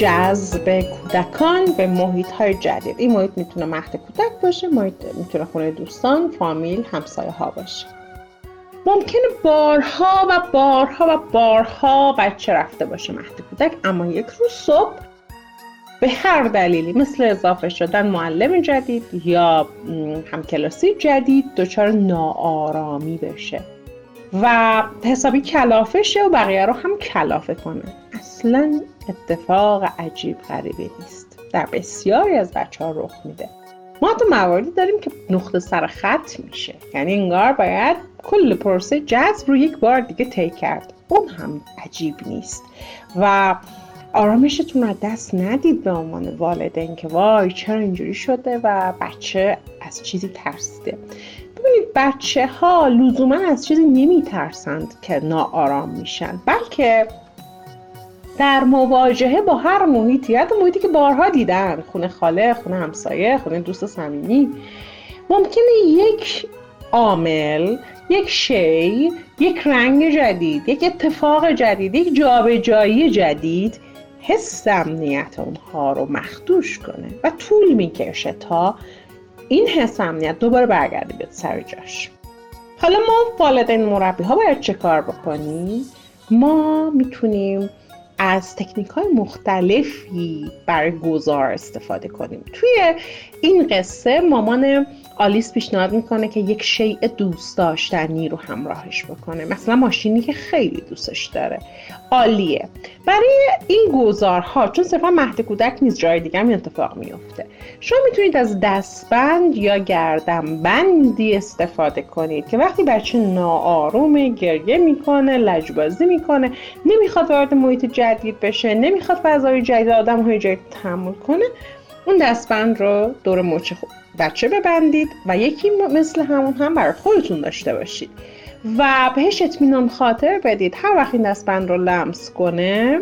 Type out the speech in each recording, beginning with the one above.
جذب کودکان به محیط‌های جدید. این محیط میتونه مهد کودک باشه، محیط میتونه خونه دوستان، فامیل، همسایه ها باشه. ممکنه بارها و بارها و بارها بچه رفته باشه مهد کودک، اما یک روز صبح به هر دلیلی مثل اضافه شدن معلم جدید یا همکلاسی جدید دچار ناآرامی بشه و حسابی کلافه شه و بقیه رو هم کلافه کنه. اصلا اتفاق عجیب غریبی نیست، در بسیاری از بچه‌ها رخ میده. ما حتی مواردی داریم که نقطه سر خط میشه، یعنی انگار باید کل پروسه جذب رو یک بار دیگه طی کرد. اون هم عجیب نیست و آرامشتون رو دست ندید به عنوان والدین که وای چرا اینجوری شده و بچه از چیزی ترسیده. ببینید بچه ها لزوما از چیزی نمی ترسند که ناآرام میشن، بلکه در مواجهه با هر محیطی، حتی محیطی که بارها دیدن، خونه خاله، خونه همسایه، خونه دوست صمیمی، ممکنه یک عامل، یک شی، یک رنگ جدید، یک اتفاق جدید، یک جابجایی جدید حس امنیت اونها رو مخدوش کنه و طول میکشه تا این حس امنیت دوباره برگرده بیاد سر جاش. حالا ما والدین مربی ها باید چه کار بکنیم؟ ما میتونیم از تکنیک‌های مختلفی برای گذار استفاده کنیم. توی این قصه مامان آلیس پیشنهاد میکنه که یک شیء دوست داشتنی رو همراهش بکنه، مثلا ماشینی که خیلی دوستش داره. عالیه. برای این گذارها، چون صرفا مهد کودک نیست، جای دیگه هم اتفاق میفته، شما میتونید از دستبند یا گردنبندی استفاده کنید که وقتی بچه ناآرومه، گریه میکنه، لجبازی میکنه، نمیخواد وارد محیط جدید بشه، نمیخواد فضای جدید، آدم‌های جدید تحمل کنه، اون دستبند رو دور مچ بچه ببندید و یکی مثل همون هم برای خودتون داشته باشید و بهش اطمینان خاطر بدید. هر وقت این دستبند رو لمس کنه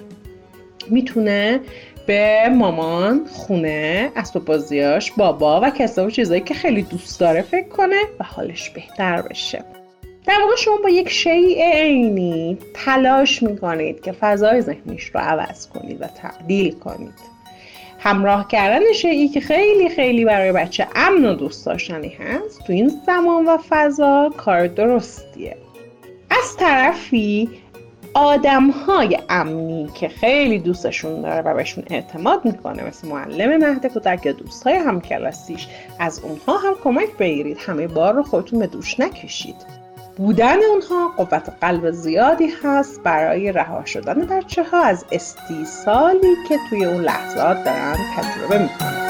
میتونه به مامان، خونه، اسباب بازیاش، بابا و کسب و چیزایی که خیلی دوست داره فکر کنه و حالش بهتر بشه. در واقع شما با یک شیء عینی تلاش میکنید که فضای ذهنیش رو عوض کنید و تعدیل کنید. همراه کردن شیئی که خیلی خیلی برای بچه امن و دوست داشتنی هست تو این زمان و فضا کار درستیه. از طرفی آدم‌های امنی که خیلی دوستشون داره و بهشون اعتماد میکنه، مثل معلم مهد کودک یا دوستای همکلاسیش، از اونها هم کمک بگیرید. همه بار رو خودتون به دوش نکشید. بودن اونها قوت قلب زیادی هست برای رها شدن بچه ها از استیصالی که توی اون لحظات دارن تجربه میکنن.